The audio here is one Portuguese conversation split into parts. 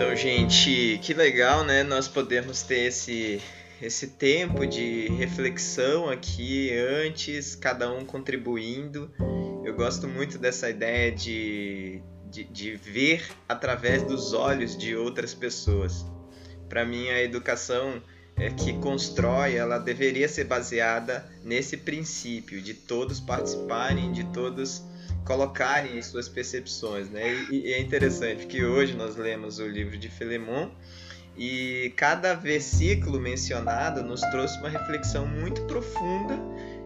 Então, gente, que legal, né? Nós podemos ter esse tempo de reflexão aqui antes, cada um contribuindo. Eu gosto muito dessa ideia de ver através dos olhos de outras pessoas. Para mim, a educação que constrói, ela deveria ser baseada nesse princípio de todos participarem, de todos colocarem as suas percepções, né? E é interessante que hoje nós lemos o livro de Filemon e cada versículo mencionado nos trouxe uma reflexão muito profunda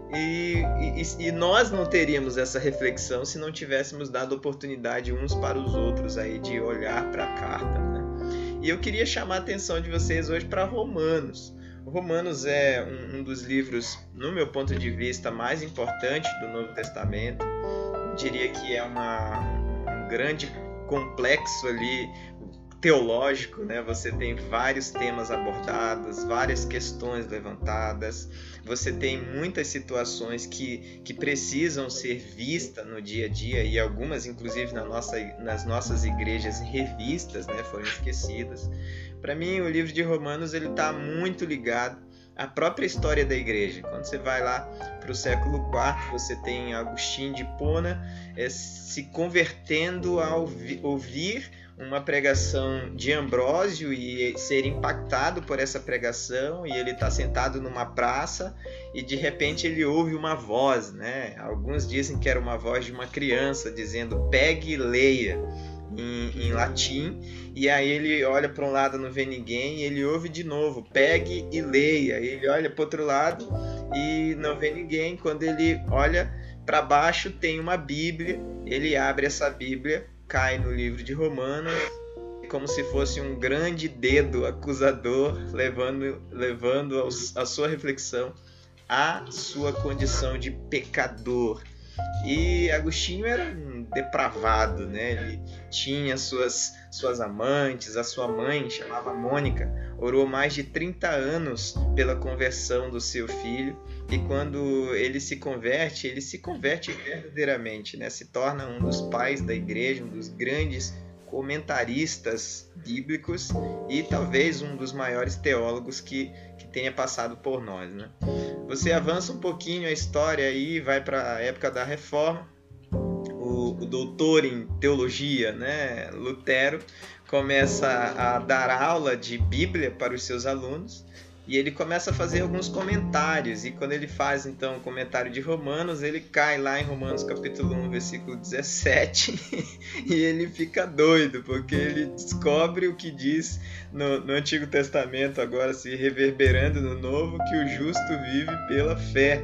e nós não teríamos essa reflexão se não tivéssemos dado oportunidade uns para os outros aí de olhar para a carta, né? E eu queria chamar a atenção de vocês hoje para Romanos. Romanos é um dos livros, no meu ponto de vista, mais importantes do Novo Testamento. Eu diria que é um grande complexo ali teológico, né? Você tem vários temas abordados, várias questões levantadas, você tem muitas situações que precisam ser vistas no dia a dia e algumas, inclusive, nas nossas igrejas revistas, né, foram esquecidas. Para mim, o livro de Romanos ele está muito ligado à própria história da igreja. Quando você vai lá para o século IV, você tem Agostinho de Hipona se convertendo ao ouvir uma pregação de Ambrósio e ser impactado por essa pregação, e ele está sentado numa praça e de repente ele ouve uma voz, né? Alguns dizem que era uma voz de uma criança dizendo pegue e leia em latim, e aí ele olha para um lado, não vê ninguém, e ele ouve de novo pegue e leia, ele olha para o outro lado e não vê ninguém. Quando ele olha para baixo tem uma Bíblia, ele abre essa Bíblia, cai no livro de Romanos, como se fosse um grande dedo acusador, levando a sua reflexão à sua condição de pecador. E Agostinho era um depravado, né? Ele tinha suas amantes, a sua mãe, chamava Mônica, orou mais de 30 anos pela conversão do seu filho, e quando ele se converte verdadeiramente, né? Se torna um dos pais da igreja, um dos grandes comentaristas bíblicos e talvez um dos maiores teólogos que tenha passado por nós, né? Você avança um pouquinho a história e vai para a época da Reforma. O doutor em teologia, né, Lutero, começa a dar aula de Bíblia para os seus alunos e ele começa a fazer alguns comentários, e quando ele faz então o comentário de Romanos, ele cai lá em Romanos capítulo 1, versículo 17 e ele fica doido, porque ele descobre o que diz no Antigo Testamento, agora se reverberando no Novo, que o justo vive pela fé.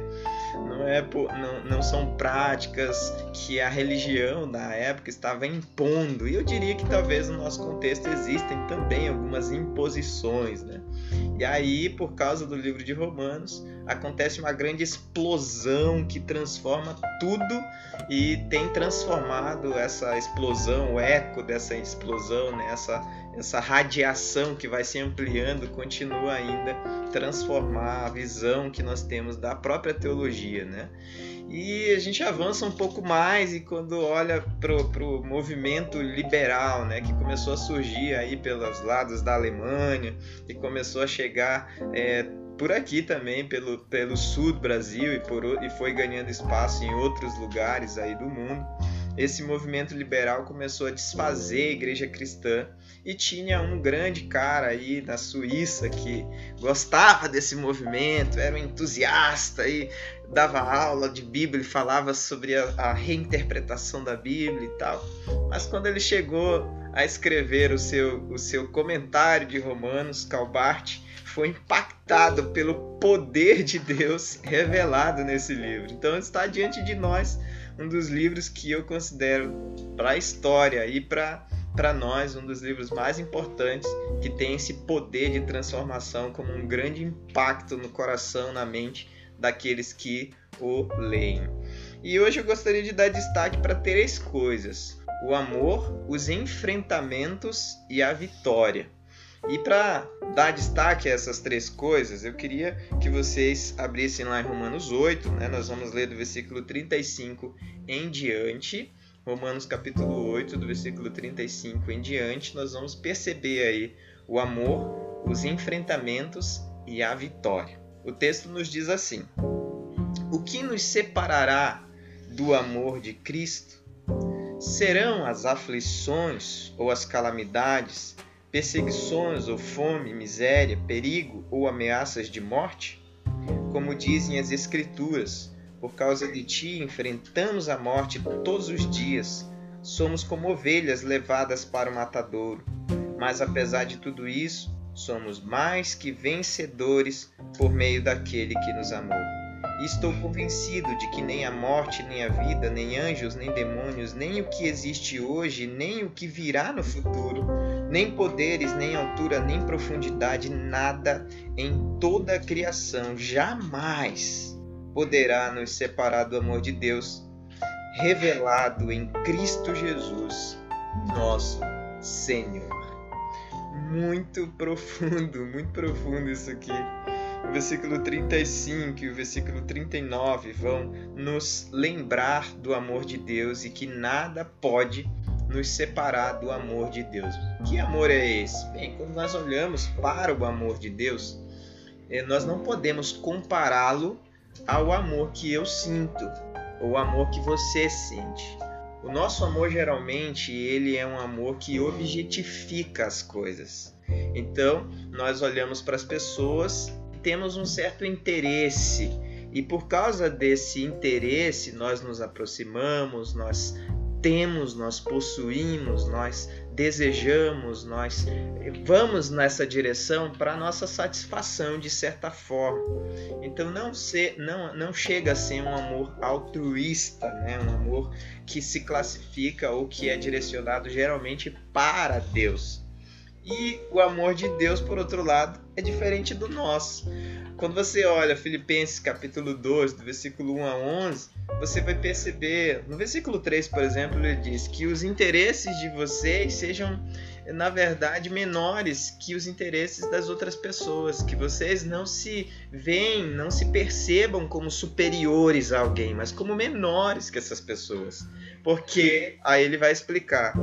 Não são práticas que a religião da época estava impondo, e eu diria que talvez no nosso contexto existem também algumas imposições, né? E aí, por causa do livro de Romanos, acontece uma grande explosão que transforma tudo, e tem transformado essa explosão, o eco dessa explosão, né? Essa radiação que vai se ampliando, continua ainda transformar a visão que nós temos da própria teologia, né? E a gente avança um pouco mais, e quando olha pro movimento liberal, né, que começou a surgir aí pelos lados da Alemanha e começou a chegar por aqui também, pelo sul do Brasil, e foi ganhando espaço em outros lugares aí do mundo, esse movimento liberal começou a desfazer a igreja cristã, e tinha um grande cara aí na Suíça que gostava desse movimento, era um entusiasta e dava aula de Bíblia e falava sobre a reinterpretação da Bíblia e tal. Mas quando ele chegou a escrever o seu comentário de Romanos, Calbart foi impactado pelo poder de Deus revelado nesse livro. Então está diante de nós um dos livros que eu considero para a história e para nós um dos livros mais importantes, que tem esse poder de transformação como um grande impacto no coração, na mente daqueles que o leem. E hoje eu gostaria de dar destaque para 3 coisas: o amor, os enfrentamentos e a vitória. E para dar destaque a essas 3 coisas, eu queria que vocês abrissem lá em Romanos 8, né? Nós vamos ler do versículo 35 em diante, Romanos capítulo 8, do versículo 35 em diante, nós vamos perceber aí o amor, os enfrentamentos e a vitória. O texto nos diz assim: o que nos separará do amor de Cristo? Serão as aflições ou as calamidades, perseguições ou fome, miséria, perigo ou ameaças de morte? Como dizem as Escrituras, por causa de ti enfrentamos a morte todos os dias. Somos como ovelhas levadas para o matadouro. Mas apesar de tudo isso, somos mais que vencedores por meio daquele que nos amou. E estou convencido de que nem a morte, nem a vida, nem anjos, nem demônios, nem o que existe hoje, nem o que virá no futuro, nem poderes, nem altura, nem profundidade, nada em toda a criação jamais poderá nos separar do amor de Deus, revelado em Cristo Jesus, nosso Senhor. Muito profundo isso aqui. O versículo 35 e o versículo 39 vão nos lembrar do amor de Deus e que nada pode nos separar do amor de Deus. Que amor é esse? Bem, quando nós olhamos para o amor de Deus, nós não podemos compará-lo ao amor que eu sinto, ou o amor que você sente. O nosso amor, geralmente, ele é um amor que objetifica as coisas. Então, nós olhamos para as pessoas e temos um certo interesse. E por causa desse interesse, nós nos aproximamos, nós temos, nós possuímos, nós desejamos, nós vamos nessa direção para a nossa satisfação de certa forma. Então não chega a ser um amor altruísta, né? Um amor que se classifica ou que é direcionado geralmente para Deus. E o amor de Deus, por outro lado, é diferente do nosso. Quando você olha Filipenses capítulo 2, do versículo 1 a 11, você vai perceber, no versículo 3, por exemplo, ele diz que os interesses de vocês sejam, na verdade, menores que os interesses das outras pessoas, que vocês não se veem, não se percebam como superiores a alguém, mas como menores que essas pessoas. Porque, aí ele vai explicar,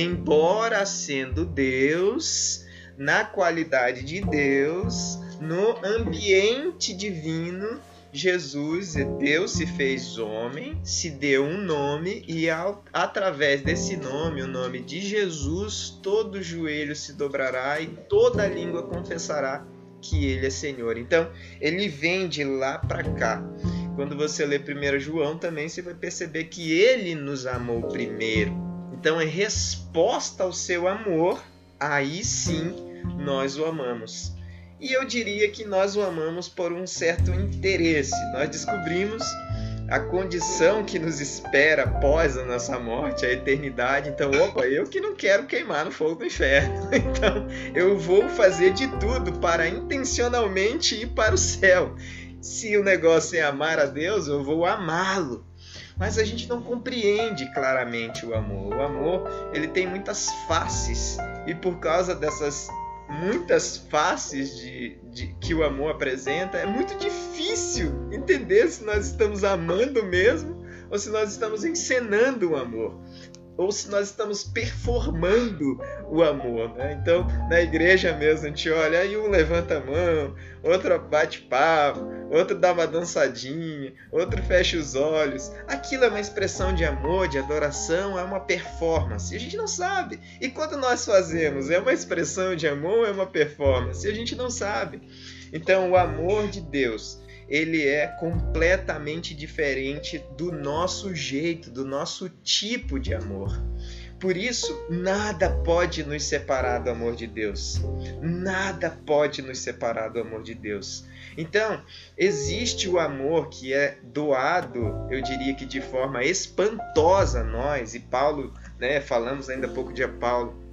embora sendo Deus, na qualidade de Deus, no ambiente divino, Jesus, Deus se fez homem, se deu um nome e através desse nome, o nome de Jesus, todo joelho se dobrará e toda língua confessará que Ele é Senhor. Então, Ele vem de lá para cá. Quando você lê 1 João também, você vai perceber que Ele nos amou primeiro. Então, em resposta ao seu amor, aí sim nós o amamos. E eu diria que nós o amamos por um certo interesse. Nós descobrimos a condição que nos espera após a nossa morte, a eternidade. Então, eu que não quero queimar no fogo do inferno. Então, eu vou fazer de tudo para intencionalmente ir para o céu. Se o negócio é amar a Deus, eu vou amá-lo. Mas a gente não compreende claramente o amor. O amor, ele tem muitas faces. E por causa dessas muitas faces que o amor apresenta, é muito difícil entender se nós estamos amando mesmo ou se nós estamos encenando o amor, ou se nós estamos performando o amor, né? Então, na igreja mesmo, a gente olha, aí um levanta a mão, outro bate papo, outro dá uma dançadinha, outro fecha os olhos. Aquilo é uma expressão de amor, de adoração, é uma performance. A gente não sabe. E quando nós fazemos, é uma expressão de amor ou é uma performance? A gente não sabe. Então, o amor de Deus, ele é completamente diferente do nosso jeito, do nosso tipo de amor. Por isso, nada pode nos separar do amor de Deus. Nada pode nos separar do amor de Deus. Então, existe o amor que é doado, eu diria que de forma espantosa a nós, e Paulo, né, falamos ainda há pouco de Paulo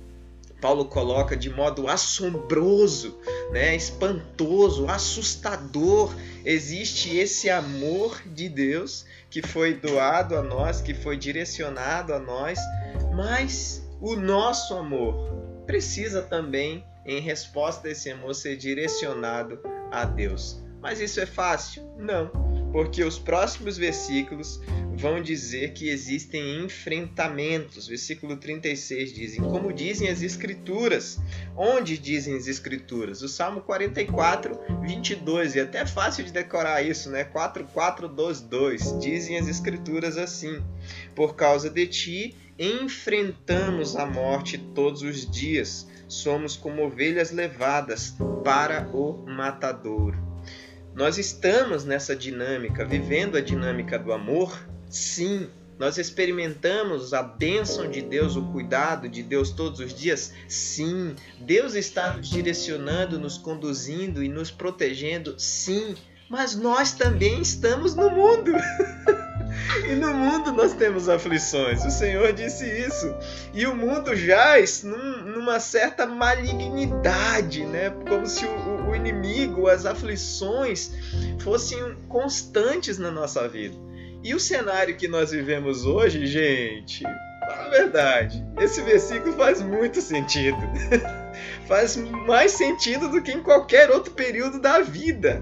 coloca de modo assombroso, né, espantoso, assustador. Existe esse amor de Deus que foi doado a nós, que foi direcionado a nós, mas o nosso amor precisa também, em resposta a esse amor, ser direcionado a Deus. Mas isso é fácil? Não. porque os próximos versículos vão dizer que existem enfrentamentos. Versículo 36 dizem, como dizem as Escrituras. Onde dizem as Escrituras? O Salmo 44, 22. E até é fácil de decorar isso, né? 4:4-2. Dizem as Escrituras assim: por causa de ti, enfrentamos a morte todos os dias. Somos como ovelhas levadas para o matadouro. Nós estamos nessa dinâmica, vivendo a dinâmica do amor. Sim, nós experimentamos a bênção de Deus, o cuidado de Deus todos os dias. Sim, Deus está nos direcionando, nos conduzindo e nos protegendo. Sim, mas nós também estamos no mundo. E no mundo nós temos aflições. O Senhor disse isso. E o mundo jaz numa certa malignidade, né? Como se o inimigo, as aflições fossem constantes na nossa vida. E o cenário que nós vivemos hoje, gente, na verdade, esse versículo faz muito sentido. Faz mais sentido do que em qualquer outro período da vida.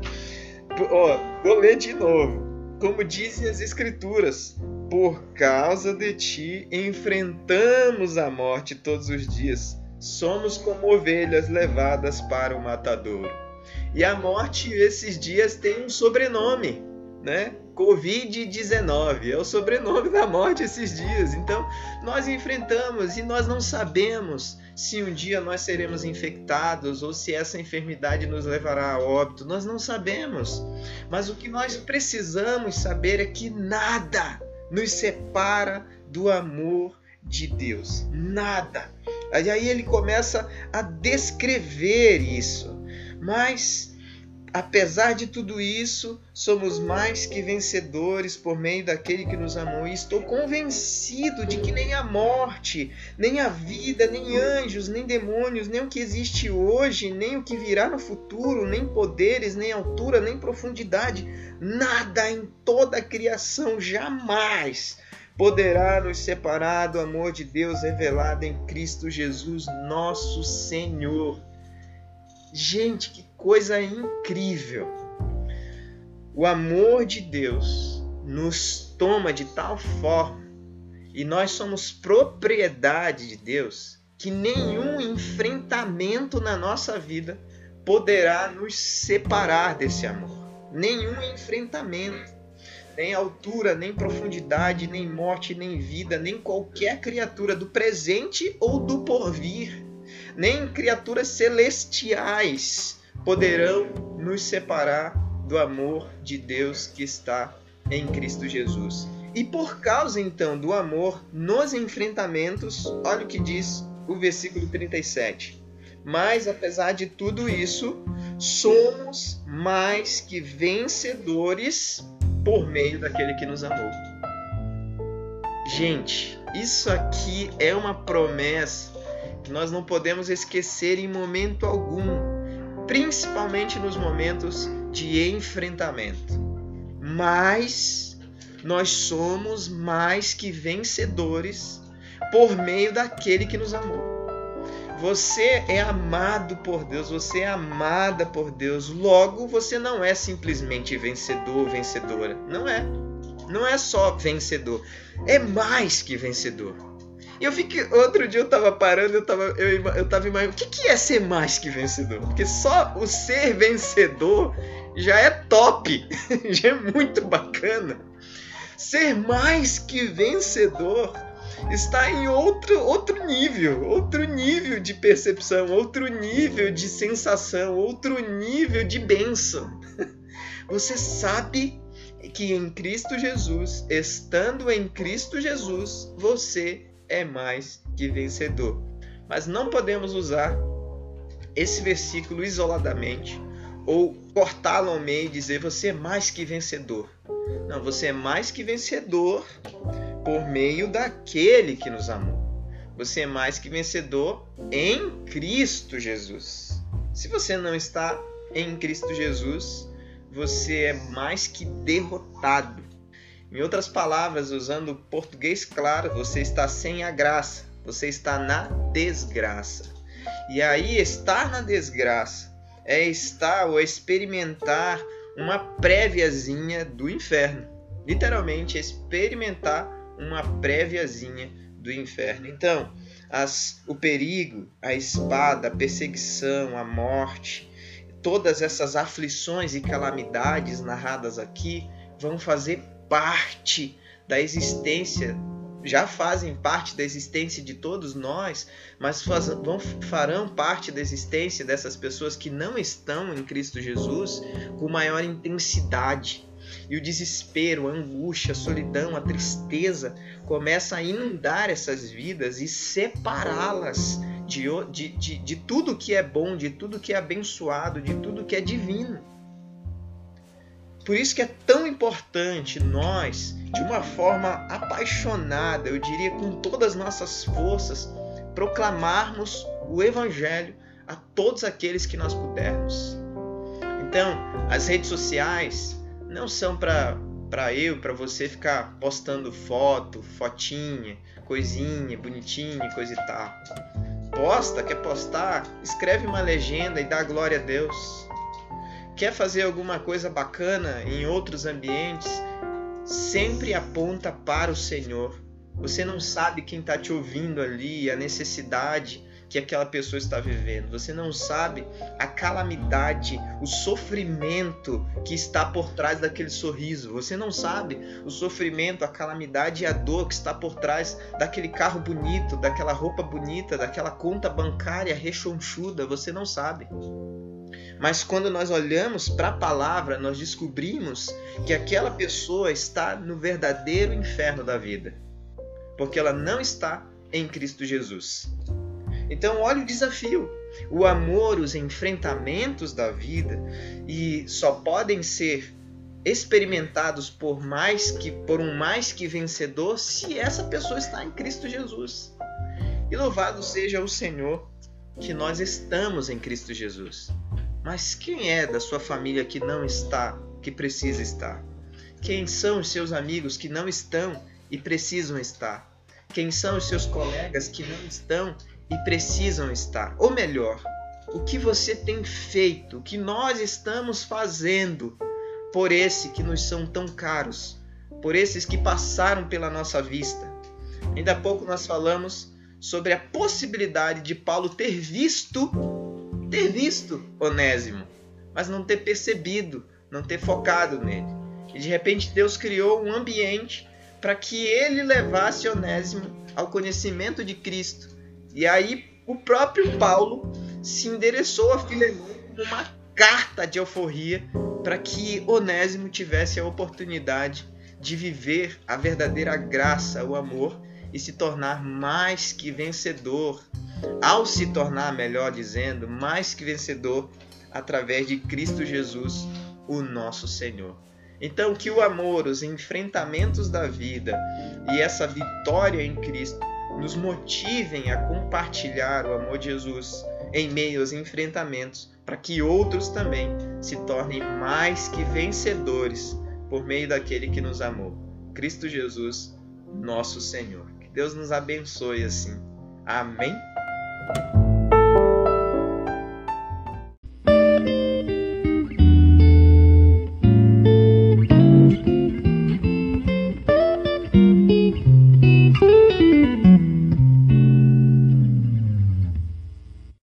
Vou ler de novo. Como dizem as Escrituras, por causa de ti enfrentamos a morte todos os dias. Somos como ovelhas levadas para o matadouro. E a morte esses dias tem um sobrenome, né? Covid-19 é o sobrenome da morte esses dias. Então, nós enfrentamos e nós não sabemos se um dia nós seremos infectados ou se essa enfermidade nos levará a óbito. Nós não sabemos. Mas o que nós precisamos saber é que nada nos separa do amor de Deus. Nada. Aí ele começa a descrever isso. Mas apesar de tudo isso, somos mais que vencedores por meio daquele que nos amou. E estou convencido de que nem a morte, nem a vida, nem anjos, nem demônios, nem o que existe hoje, nem o que virá no futuro, nem poderes, nem altura, nem profundidade, nada em toda a criação jamais poderá nos separar do amor de Deus revelado em Cristo Jesus, nosso Senhor. Gente, que coisa incrível! O amor de Deus nos toma de tal forma e nós somos propriedade de Deus que nenhum enfrentamento na nossa vida poderá nos separar desse amor. Nenhum enfrentamento, nem altura, nem profundidade, nem morte, nem vida, nem qualquer criatura do presente ou do porvir, nem criaturas celestiais poderão nos separar do amor de Deus que está em Cristo Jesus. E por causa então do amor nos enfrentamentos, olha o que diz o versículo 37. Mas apesar de tudo isso, somos mais que vencedores por meio daquele que nos amou. Gente, isso aqui é uma promessa que nós não podemos esquecer em momento algum, principalmente nos momentos de enfrentamento. Mas nós somos mais que vencedores por meio daquele que nos amou. Você é amado por Deus, você é amada por Deus. Logo, você não é simplesmente vencedor ou vencedora. Não é. Não é só vencedor. É mais que vencedor. Outro dia eu tava parando, eu tava imaginando, o que é ser mais que vencedor? Porque só o ser vencedor já é top, já é muito bacana. Ser mais que vencedor está em outro nível de percepção, outro nível de sensação, outro nível de bênção. Você sabe que em Cristo Jesus, estando em Cristo Jesus, você é mais que vencedor. Mas não podemos usar esse versículo isoladamente ou cortá-lo ao meio e dizer você é mais que vencedor. Não, você é mais que vencedor por meio daquele que nos amou. Você é mais que vencedor em Cristo Jesus. Se você não está em Cristo Jesus, você é mais que derrotado. Em outras palavras, usando o português claro, você está sem a graça, você está na desgraça. E aí, estar na desgraça é estar ou experimentar uma préviazinha do inferno. Literalmente, experimentar uma préviazinha do inferno. Então, o perigo, a espada, a perseguição, a morte, todas essas aflições e calamidades narradas aqui vão fazer parte da existência, já fazem parte da existência de todos nós, mas farão parte da existência dessas pessoas que não estão em Cristo Jesus com maior intensidade. E o desespero, a angústia, a solidão, a tristeza começa a inundar essas vidas e separá-las de tudo que é bom, de tudo que é abençoado, de tudo que é divino. Por isso que é tão importante nós, de uma forma apaixonada, eu diria com todas as nossas forças, proclamarmos o Evangelho a todos aqueles que nós pudermos. Então, as redes sociais não são para você ficar postando fotinha, coisinha, bonitinha, coisa e tal. Quer postar? Escreve uma legenda e dá glória a Deus. Quer fazer alguma coisa bacana em outros ambientes? Sempre aponta para o Senhor. Você não sabe quem está te ouvindo ali, a necessidade que aquela pessoa está vivendo. Você não sabe a calamidade, o sofrimento que está por trás daquele sorriso. Você não sabe o sofrimento, a calamidade e a dor que está por trás daquele carro bonito, daquela roupa bonita, daquela conta bancária rechonchuda. Você não sabe. Mas quando nós olhamos para a palavra, nós descobrimos que aquela pessoa está no verdadeiro inferno da vida, porque ela não está em Cristo Jesus. Então, olha o desafio. O amor, os enfrentamentos da vida, e só podem ser experimentados por um mais que vencedor se essa pessoa está em Cristo Jesus. E louvado seja o Senhor que nós estamos em Cristo Jesus. Mas quem é da sua família que não está, que precisa estar? Quem são os seus amigos que não estão e precisam estar? Quem são os seus colegas que não estão e precisam estar? Ou melhor, o que você tem feito, o que nós estamos fazendo por esses que nos são tão caros, por esses que passaram pela nossa vista? Ainda há pouco nós falamos sobre a possibilidade de Paulo ter visto Onésimo, mas não ter percebido, não ter focado nele. E de repente Deus criou um ambiente para que ele levasse Onésimo ao conhecimento de Cristo. E aí o próprio Paulo se endereçou a Filemão com uma carta de alforria para que Onésimo tivesse a oportunidade de viver a verdadeira graça, o amor, e se tornar mais que vencedor. Ao se tornar, melhor dizendo, mais que vencedor através de Cristo Jesus, o nosso Senhor. Então, que o amor, os enfrentamentos da vida e essa vitória em Cristo nos motivem a compartilhar o amor de Jesus em meio aos enfrentamentos, para que outros também se tornem mais que vencedores por meio daquele que nos amou, Cristo Jesus, nosso Senhor. Que Deus nos abençoe assim. Amém?